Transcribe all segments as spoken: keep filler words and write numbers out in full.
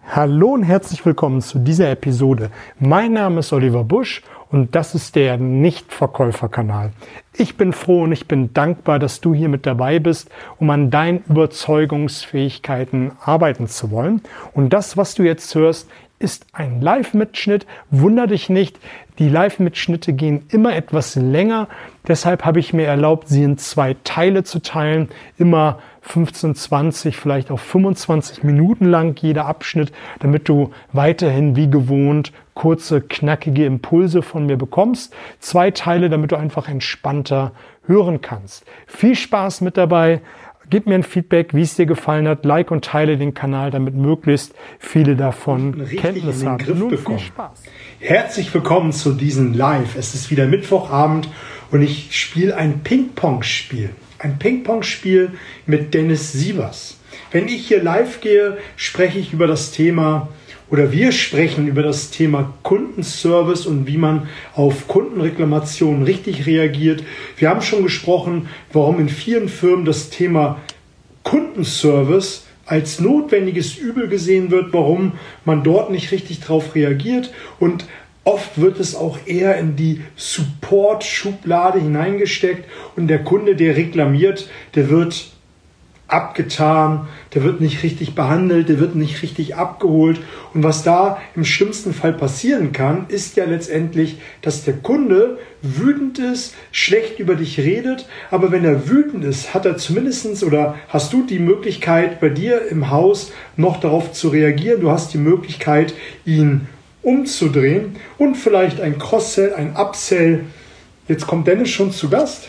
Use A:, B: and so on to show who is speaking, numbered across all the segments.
A: Hallo und herzlich willkommen zu dieser Episode. Mein Name ist Oliver Busch und das ist der Nichtverkäuferkanal. Ich bin froh und ich bin dankbar, dass du hier mit dabei bist, um an deinen Überzeugungsfähigkeiten arbeiten zu wollen. Und das, was du jetzt hörst, ist ein Live-Mitschnitt. Wunder dich nicht, die Live-Mitschnitte gehen immer etwas länger. Deshalb habe ich mir erlaubt, sie in zwei Teile zu teilen. Immer fünfzehn, zwanzig, vielleicht auch fünfundzwanzig Minuten lang jeder Abschnitt, damit du weiterhin wie gewohnt kurze, knackige Impulse von mir bekommst. Zwei Teile, damit du einfach entspannter hören kannst. Viel Spaß mit dabei. Gib mir ein Feedback, wie es dir gefallen hat. Like und teile den Kanal, damit möglichst viele davon Kenntnis haben. Nun viel Spaß.
B: Herzlich willkommen zu diesem Live. Es ist wieder Mittwochabend und ich spiele ein Ping-Pong-Spiel. Ein Ping-Pong-Spiel mit Dennis Sievers. Wenn ich hier live gehe, spreche ich über das Thema oder wir sprechen über das Thema Kundenservice und wie man auf Kundenreklamationen richtig reagiert. Wir haben schon gesprochen, warum in vielen Firmen das Thema Kundenservice als notwendiges Übel gesehen wird, warum man dort nicht richtig drauf reagiert, und oft wird es auch eher in die Support-Schublade hineingesteckt und der Kunde, der reklamiert, der wird abgetan, der wird nicht richtig behandelt, der wird nicht richtig abgeholt. Und was da im schlimmsten Fall passieren kann, ist ja letztendlich, dass der Kunde wütend ist, schlecht über dich redet, aber wenn er wütend ist, hat er zumindestens oder hast du die Möglichkeit, bei dir im Haus noch darauf zu reagieren. Du hast die Möglichkeit, ihn umzudrehen und vielleicht ein Cross-Sell, ein Upsell. Jetzt kommt Dennis schon zu Gast.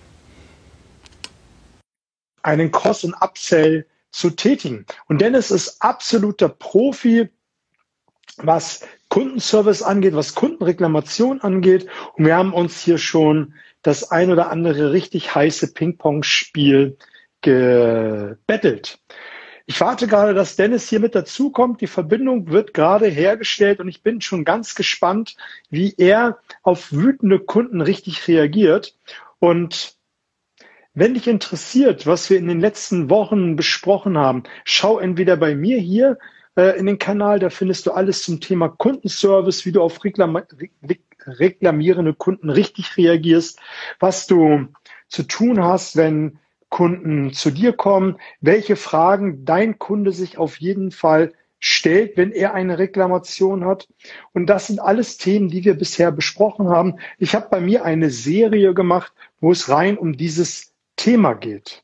B: Einen Cross- und Upsell zu tätigen. Und Dennis ist absoluter Profi, was Kundenservice angeht, was Kundenreklamation angeht. Und wir haben uns hier schon das ein oder andere richtig heiße Ping-Pong-Spiel gebettelt. Ich warte gerade, dass Dennis hier mit dazukommt. Die Verbindung wird gerade hergestellt und ich bin schon ganz gespannt, wie er auf wütende Kunden richtig reagiert. Und wenn dich interessiert, was wir in den letzten Wochen besprochen haben, schau entweder bei mir hier äh, in den Kanal, da findest du alles zum Thema Kundenservice, wie du auf reklam- reklamierende Kunden richtig reagierst, was du zu tun hast, wenn Kunden zu dir kommen, welche Fragen dein Kunde sich auf jeden Fall stellt, wenn er eine Reklamation hat. Und das sind alles Themen, die wir bisher besprochen haben. Ich habe bei mir eine Serie gemacht, wo es rein um dieses Thema geht.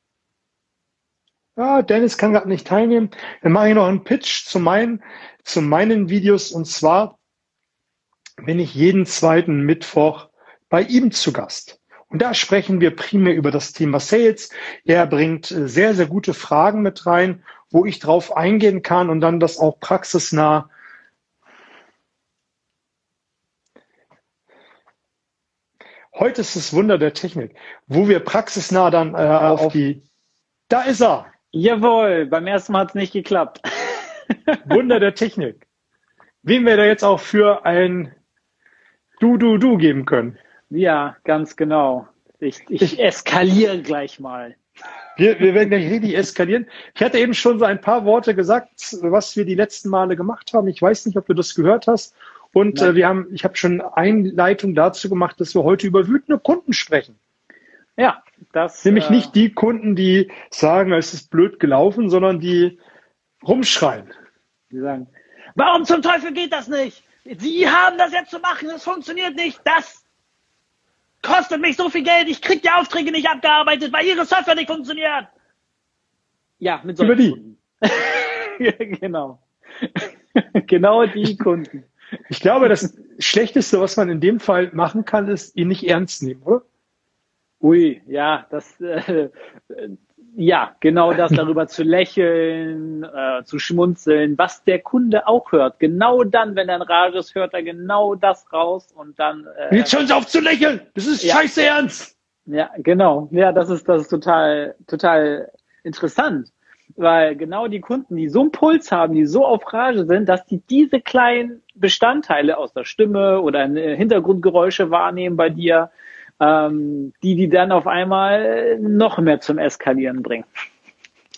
B: Ja, Dennis kann gerade nicht teilnehmen. Dann mache ich noch einen Pitch zu meinen, zu meinen Videos. Und zwar bin ich jeden zweiten Mittwoch bei ihm zu Gast. Und da sprechen wir primär über das Thema Sales. Er bringt sehr, sehr gute Fragen mit rein, wo ich drauf eingehen kann und dann das auch praxisnah Heute ist das Wunder der Technik, wo wir praxisnah dann äh, auf die... Da ist er!
C: Jawohl, beim ersten Mal hat es nicht geklappt.
B: Wunder der Technik. Wen wir da jetzt auch für ein Du-Du-Du geben können.
C: Ja, ganz genau. Ich, ich, ich eskaliere gleich mal.
B: Wir, wir werden gleich richtig eskalieren. Ich hatte eben schon so ein paar Worte gesagt, was wir die letzten Male gemacht haben. Ich weiß nicht, ob du das gehört hast. Und äh, wir haben, ich habe schon Einleitung dazu gemacht, dass wir heute über wütende Kunden sprechen.
C: Ja, das.
B: Nämlich
C: äh,
B: nicht die Kunden, die sagen, es ist blöd gelaufen, sondern die rumschreien.
C: Die sagen, warum zum Teufel geht das nicht? Sie haben das jetzt zu machen, das funktioniert nicht. Das kostet mich so viel Geld, ich kriege die Aufträge nicht abgearbeitet, weil Ihre Software nicht funktioniert. Ja, mit solchen
B: Über die.
C: Kunden. Ja, genau. Genau die Kunden.
B: Ich glaube, das Schlechteste, was man in dem Fall machen kann, ist, ihn nicht ernst nehmen, oder?
C: Ui, ja, das, äh, ja, genau das, darüber zu lächeln, äh, zu schmunzeln, was der Kunde auch hört. Genau dann, wenn er ein Rage ist, hört er genau das raus und dann... Äh,
B: Jetzt hören Sie auf zu lächeln! Das ist
C: ja.
B: scheiße ernst!
C: Ja, genau. Ja, das ist, das ist total, total interessant. Weil genau die Kunden, die so einen Puls haben, die so auf Rage sind, dass die diese kleinen Bestandteile aus der Stimme oder Hintergrundgeräusche wahrnehmen bei dir, ähm, die die dann auf einmal noch mehr zum Eskalieren bringen.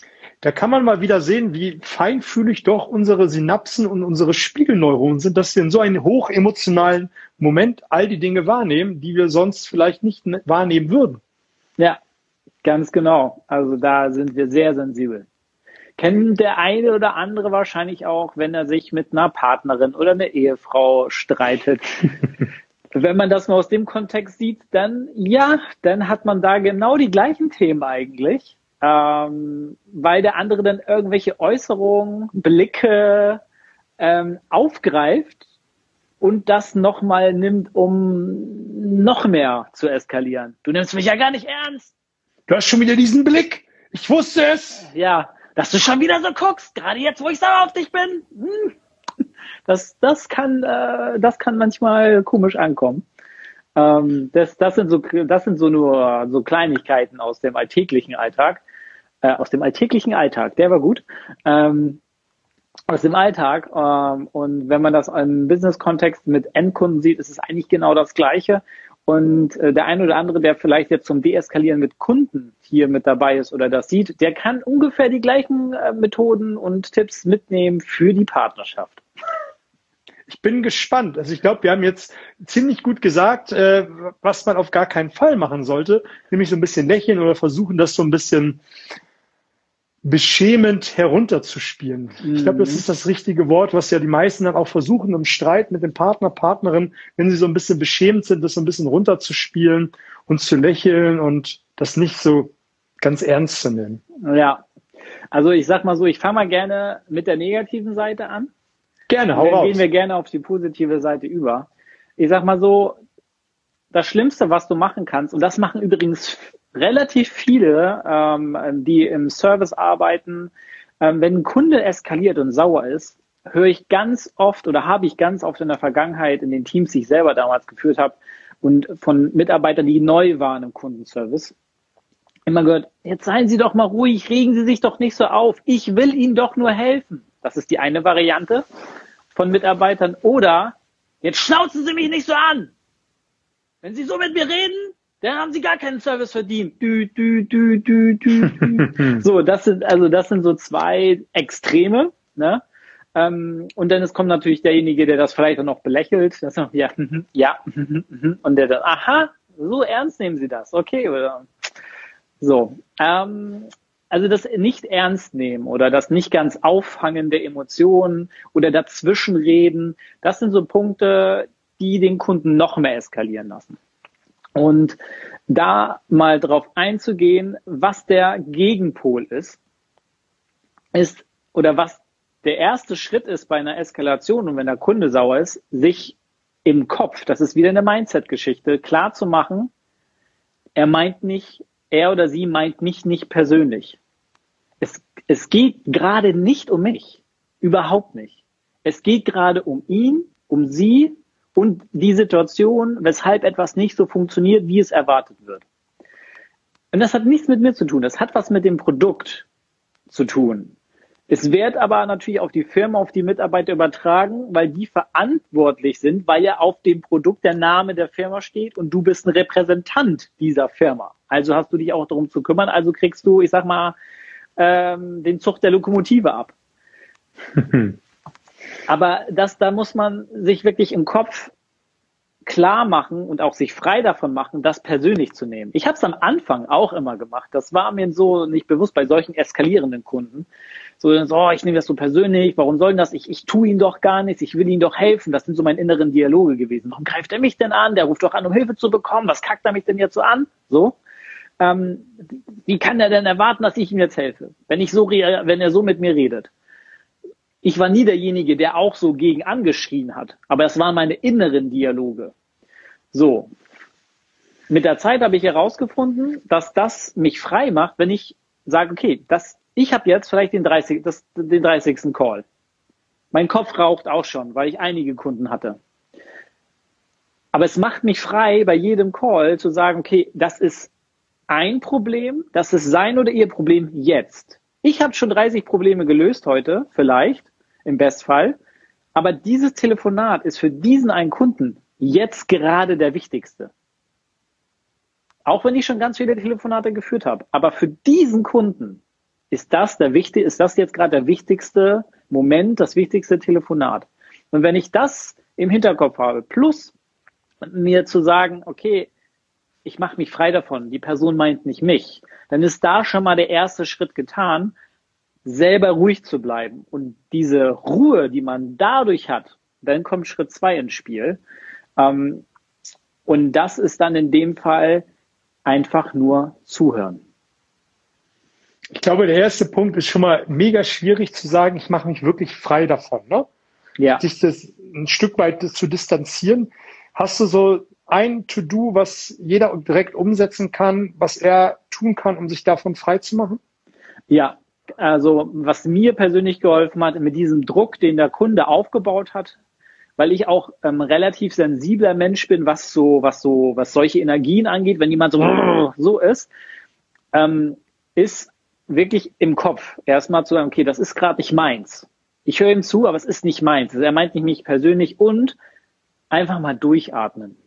B: Da kann man mal wieder sehen, wie feinfühlig doch unsere Synapsen und unsere Spiegelneuronen sind, dass wir in so einem hochemotionalen Moment all die Dinge wahrnehmen, die wir sonst vielleicht nicht wahrnehmen würden.
C: Ja, ganz genau. Also da sind wir sehr sensibel. Kennt der eine oder andere wahrscheinlich auch, wenn er sich mit einer Partnerin oder einer Ehefrau streitet. Wenn man das mal aus dem Kontext sieht, dann ja, dann hat man da genau die gleichen Themen eigentlich. Ähm, weil der andere dann irgendwelche Äußerungen, Blicke ähm, aufgreift und das nochmal nimmt, um noch mehr zu eskalieren. Du nimmst mich ja gar nicht ernst.
B: Du hast schon wieder diesen Blick. Ich wusste es.
C: Ja, dass du schon wieder so guckst, gerade jetzt, wo ich sauer auf dich bin. Hm. Das, das kann, äh, das kann manchmal komisch ankommen. Ähm, das, das sind so, das sind so nur so Kleinigkeiten aus dem alltäglichen Alltag. Äh, aus dem alltäglichen Alltag, der war gut. Ähm, aus dem Alltag. Ähm, und wenn man das im Business-Kontext mit Endkunden sieht, ist es eigentlich genau das Gleiche. Und äh, der eine oder andere, der vielleicht jetzt zum Deeskalieren mit Kunden hier mit dabei ist oder das sieht, der kann ungefähr die gleichen äh, Methoden und Tipps mitnehmen für die Partnerschaft.
B: Ich bin gespannt. Also ich glaube, wir haben jetzt ziemlich gut gesagt, äh, was man auf gar keinen Fall machen sollte, nämlich so ein bisschen lächeln oder versuchen, das so ein bisschen beschämend herunterzuspielen. Mhm. Ich glaube, das ist das richtige Wort, was ja die meisten dann auch versuchen, im Streit mit dem Partner, Partnerin, wenn sie so ein bisschen beschämt sind, das so ein bisschen runterzuspielen und zu lächeln und das nicht so ganz ernst zu nehmen.
C: Ja, also ich sag mal so, ich fange mal gerne mit der negativen Seite an.
B: Gerne, hau
C: raus. Dann
B: raus.
C: gehen wir gerne auf die positive Seite über. Ich sag mal so, das Schlimmste, was du machen kannst, und das machen übrigens relativ viele, ähm, die im Service arbeiten, ähm, wenn ein Kunde eskaliert und sauer ist, höre ich ganz oft oder habe ich ganz oft in der Vergangenheit in den Teams, die ich selber damals geführt habe und von Mitarbeitern, die neu waren im Kundenservice, immer gehört, jetzt seien Sie doch mal ruhig, regen Sie sich doch nicht so auf, ich will Ihnen doch nur helfen. Das ist die eine Variante von Mitarbeitern. Oder, jetzt schnauzen Sie mich nicht so an. Wenn Sie so mit mir reden, dann haben Sie gar keinen Service verdient. Dü, dü, dü, dü, dü, dü. So, das sind, also das sind so zwei Extreme, ne? Ähm, und dann es kommt natürlich derjenige, der das vielleicht auch noch belächelt. Das ist, ja, ja, und der dann, aha, so ernst nehmen Sie das. Okay, oder? So, ähm, also das nicht ernst nehmen oder das nicht ganz auffangen der Emotionen oder dazwischenreden, das sind so Punkte, die den Kunden noch mehr eskalieren lassen. Und da mal drauf einzugehen, was der Gegenpol ist, ist oder was der erste Schritt ist bei einer Eskalation und wenn der Kunde sauer ist, sich im Kopf, das ist wieder eine Mindset-Geschichte, klar zu machen, er meint nicht, er oder sie meint mich nicht persönlich. Es, es geht gerade nicht um mich. Überhaupt nicht. Es geht gerade um ihn, um sie und die Situation, weshalb etwas nicht so funktioniert, wie es erwartet wird. Und das hat nichts mit mir zu tun. Das hat was mit dem Produkt zu tun. Es wird aber natürlich auf die Firma, auf die Mitarbeiter übertragen, weil die verantwortlich sind, weil ja auf dem Produkt der Name der Firma steht und du bist ein Repräsentant dieser Firma. Also hast du dich auch darum zu kümmern. Also kriegst du, ich sag mal, ähm, den Zug der Lokomotive ab. Aber das, da muss man sich wirklich im Kopf klar machen und auch sich frei davon machen, das persönlich zu nehmen. Ich habe es am Anfang auch immer gemacht. Das war mir so nicht bewusst bei solchen eskalierenden Kunden. So, so oh, ich nehme das so persönlich, warum soll denn das? Ich, ich tue ihm doch gar nichts, ich will ihm doch helfen. Das sind so meine inneren Dialoge gewesen. Warum greift er mich denn an? Der ruft doch an, um Hilfe zu bekommen. Was kackt er mich denn jetzt so an? So. Ähm, wie kann er denn erwarten, dass ich ihm jetzt helfe, wenn ich so, wenn er so mit mir redet? Ich war nie derjenige, der auch so gegen angeschrien hat, aber es waren meine inneren Dialoge. So, mit der Zeit habe ich herausgefunden, dass das mich frei macht, wenn ich sage, okay, das, ich habe jetzt vielleicht den dreißigsten Das, den dreißigsten Call. Mein Kopf raucht auch schon, weil ich einige Kunden hatte. Aber es macht mich frei, bei jedem Call zu sagen, okay, das ist ein Problem, das ist sein oder ihr Problem jetzt. Ich habe schon dreißig Probleme gelöst heute, vielleicht, im Bestfall. Aber dieses Telefonat ist für diesen einen Kunden jetzt gerade der wichtigste. Auch wenn ich schon ganz viele Telefonate geführt habe. Aber für diesen Kunden ist das der wichtig, ist das jetzt gerade der wichtigste Moment, das wichtigste Telefonat? Und wenn ich das im Hinterkopf habe, plus mir zu sagen, okay, ich mache mich frei davon, die Person meint nicht mich, dann ist da schon mal der erste Schritt getan, selber ruhig zu bleiben. Und diese Ruhe, die man dadurch hat, dann kommt Schritt zwei ins Spiel. Ähm, und das ist dann in dem Fall einfach nur zuhören.
B: Ich glaube, der erste Punkt ist schon mal mega schwierig zu sagen, ich mache mich wirklich frei davon, ne?
C: Ja.
B: Sich das ein Stück weit zu distanzieren. Hast du so ein To-Do, was jeder direkt umsetzen kann, was er tun kann, um sich davon frei zu machen?
C: Ja, also was mir persönlich geholfen hat, mit diesem Druck, den der Kunde aufgebaut hat, weil ich auch ähm, relativ sensibler Mensch bin, was so, was so, was solche Energien angeht, wenn jemand so, so ist, ähm, ist wirklich im Kopf erstmal zu sagen, okay, das ist gerade nicht meins. Ich höre ihm zu, aber es ist nicht meins. Also er meint nicht mich persönlich und einfach mal durchatmen.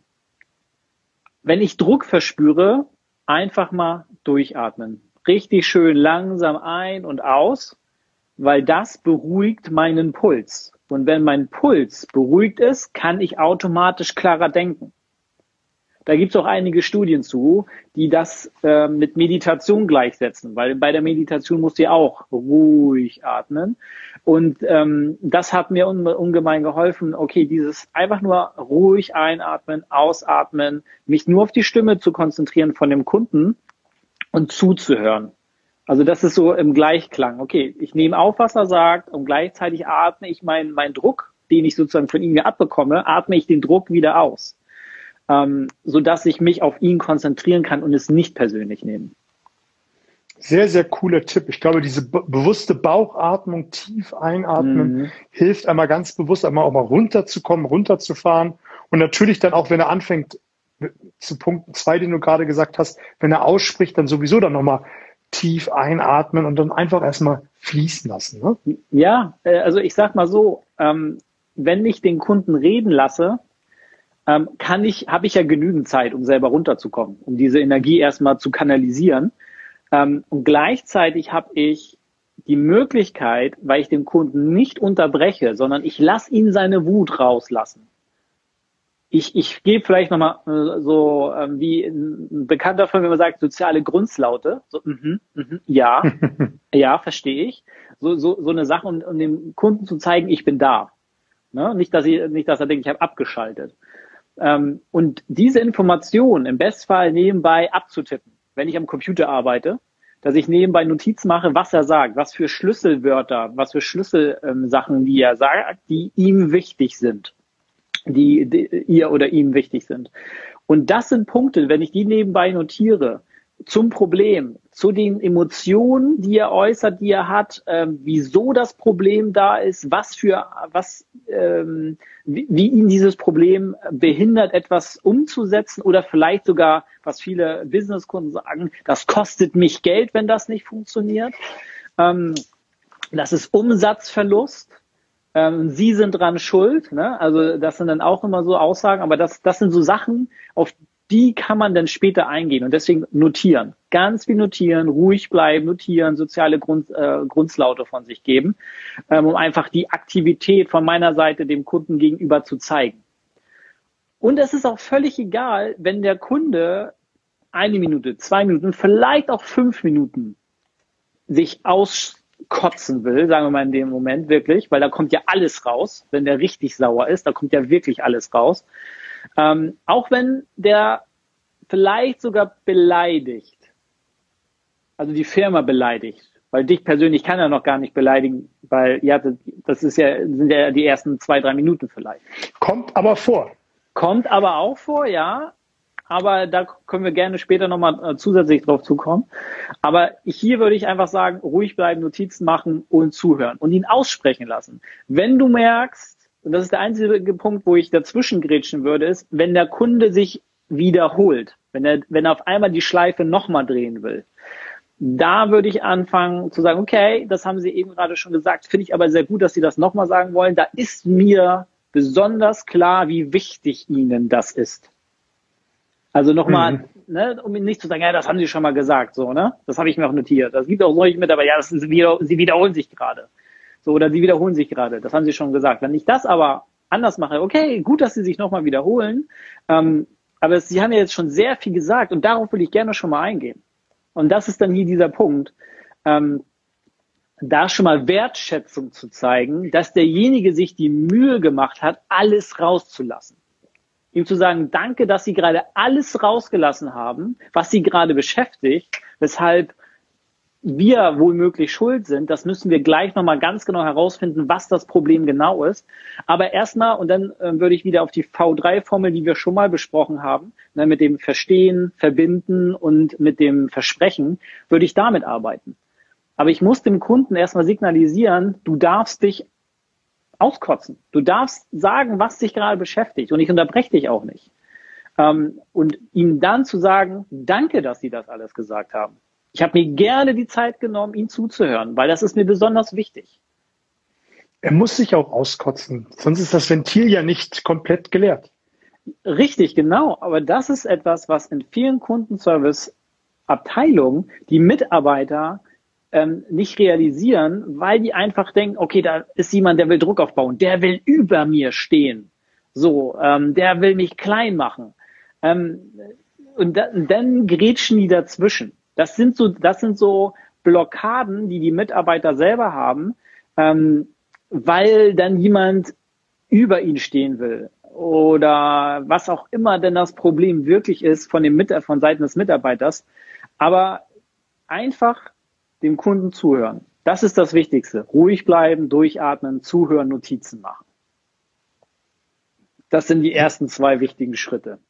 C: Wenn ich Druck verspüre, einfach mal durchatmen. Richtig schön langsam ein und aus, weil das beruhigt meinen Puls. Und wenn mein Puls beruhigt ist, kann ich automatisch klarer denken. Da gibt es auch einige Studien zu, die das äh, mit Meditation gleichsetzen, weil bei der Meditation musst du ja auch ruhig atmen. Und ähm, das hat mir un- ungemein geholfen, okay, dieses einfach nur ruhig einatmen, ausatmen, mich nur auf die Stimme zu konzentrieren von dem Kunden und zuzuhören. Also das ist so im Gleichklang. Okay, ich nehme auf, was er sagt und gleichzeitig atme ich meinen meinen Druck, den ich sozusagen von ihm abbekomme, atme ich den Druck wieder aus. Ähm, sodass ich mich auf ihn konzentrieren kann und es nicht persönlich nehmen.
B: Sehr, sehr cooler Tipp. Ich glaube, diese be- bewusste Bauchatmung, tief einatmen,
C: Mhm.
B: hilft einmal ganz bewusst, einmal auch mal runterzukommen, runterzufahren. Und natürlich dann auch, wenn er anfängt, zu Punkt zwei, den du gerade gesagt hast, wenn er ausspricht, dann sowieso dann nochmal tief einatmen und dann einfach erstmal fließen lassen. Ne?
C: Ja, äh, also ich sag mal so, ähm, wenn ich den Kunden reden lasse, ähm, kann ich, habe ich ja genügend Zeit, um selber runterzukommen, um diese Energie erstmal zu kanalisieren. Ähm, und gleichzeitig habe ich die Möglichkeit, weil ich den Kunden nicht unterbreche, sondern ich lasse ihn seine Wut rauslassen. Ich, ich gebe vielleicht nochmal äh, so ähm, wie ein Bekannter von mir immer sagt, soziale Grundslaute. So, mhm, mhm, ja, ja, verstehe ich. So, so, so eine Sache, um, um dem Kunden zu zeigen, ich bin da. Ne? Nicht, dass ich, nicht, dass er denkt, ich habe abgeschaltet. Ähm, und diese Information im Bestfall nebenbei abzutippen, wenn ich am Computer arbeite, dass ich nebenbei Notizen mache, was er sagt, was für Schlüsselwörter, was für Schlüsselsachen, ähm, die er sagt, die ihm wichtig sind. Die, die ihr oder ihm wichtig sind. Und das sind Punkte, wenn ich die nebenbei notiere, zum Problem, zu den Emotionen, die er äußert, die er hat, ähm, wieso das Problem da ist, was für, was, ähm, wie, wie ihn dieses Problem behindert, etwas umzusetzen oder vielleicht sogar, was viele Businesskunden sagen, das kostet mich Geld, wenn das nicht funktioniert. Ähm, das ist Umsatzverlust. Ähm, Sie sind dran schuld, ne? Also das sind dann auch immer so Aussagen, aber das, das sind so Sachen, auf die kann man dann später eingehen und deswegen notieren. Ganz viel notieren, ruhig bleiben, notieren, soziale Grund, äh, Grundslaute von sich geben, ähm, um einfach die Aktivität von meiner Seite dem Kunden gegenüber zu zeigen. Und es ist auch völlig egal, wenn der Kunde eine Minute, zwei Minuten, vielleicht auch fünf Minuten sich aus kotzen will, sagen wir mal in dem Moment wirklich, weil da kommt ja alles raus, wenn der richtig sauer ist, da kommt ja wirklich alles raus. Ähm, auch wenn der vielleicht sogar beleidigt, also die Firma beleidigt, weil dich persönlich kann er noch gar nicht beleidigen, weil ja, das ist ja, sind ja die ersten zwei, drei Minuten vielleicht.
B: Kommt aber vor.
C: Kommt aber auch vor, ja. Aber da können wir gerne später nochmal zusätzlich drauf zukommen. Aber hier würde ich einfach sagen, ruhig bleiben, Notizen machen und zuhören und ihn aussprechen lassen. Wenn du merkst, und das ist der einzige Punkt, wo ich dazwischen grätschen würde, ist, wenn der Kunde sich wiederholt, wenn er, wenn er auf einmal die Schleife nochmal drehen will, da würde ich anfangen zu sagen, okay, das haben Sie eben gerade schon gesagt, finde ich aber sehr gut, dass Sie das nochmal sagen wollen. Da ist mir besonders klar, wie wichtig Ihnen das ist. Also nochmal,
B: Mhm.
C: ne, um nicht zu sagen, ja, das haben Sie schon mal gesagt, so, ne? Das habe ich mir auch notiert. Das gibt auch solche mit, aber ja, das ist wieder, Sie wiederholen sich gerade. So, oder Sie wiederholen sich gerade. Das haben Sie schon gesagt. Wenn ich das aber anders mache, okay, gut, dass Sie sich nochmal wiederholen, ähm, aber es, Sie haben ja jetzt schon sehr viel gesagt und darauf will ich gerne schon mal eingehen. Und das ist dann hier dieser Punkt, ähm, da schon mal Wertschätzung zu zeigen, dass derjenige sich die Mühe gemacht hat, alles rauszulassen. Ihm zu sagen, danke, dass Sie gerade alles rausgelassen haben, was Sie gerade beschäftigt, weshalb wir womöglich schuld sind. Das müssen wir gleich nochmal ganz genau herausfinden, was das Problem genau ist. Aber erstmal, und dann äh, würde ich wieder auf die V drei Formel, die wir schon mal besprochen haben, ne, mit dem Verstehen, Verbinden und mit dem Versprechen, würde ich damit arbeiten. Aber ich muss dem Kunden erstmal signalisieren, du darfst dich auskotzen. Du darfst sagen, was dich gerade beschäftigt und ich unterbreche dich auch nicht. Ähm, und ihm dann zu sagen, danke, dass Sie das alles gesagt haben. Ich habe mir gerne die Zeit genommen, Ihnen zuzuhören, weil das ist mir besonders wichtig.
B: Er muss sich auch auskotzen, sonst ist das Ventil ja nicht komplett geleert.
C: Richtig, genau. Aber das ist etwas, was in vielen Kundenservice-Abteilungen die Mitarbeiter ähm, nicht realisieren, weil die einfach denken, okay, da ist jemand, der will Druck aufbauen, der will über mir stehen, so, ähm, der will mich klein machen. Ähm, und, da, und dann grätschen die dazwischen. Das sind so, das sind so Blockaden, die die Mitarbeiter selber haben, ähm, weil dann jemand über ihn stehen will oder was auch immer denn das Problem wirklich ist von dem Mit- von Seiten des Mitarbeiters. Aber einfach dem Kunden zuhören. Das ist das Wichtigste. Ruhig bleiben, durchatmen, zuhören, Notizen machen. Das sind die ersten zwei wichtigen Schritte.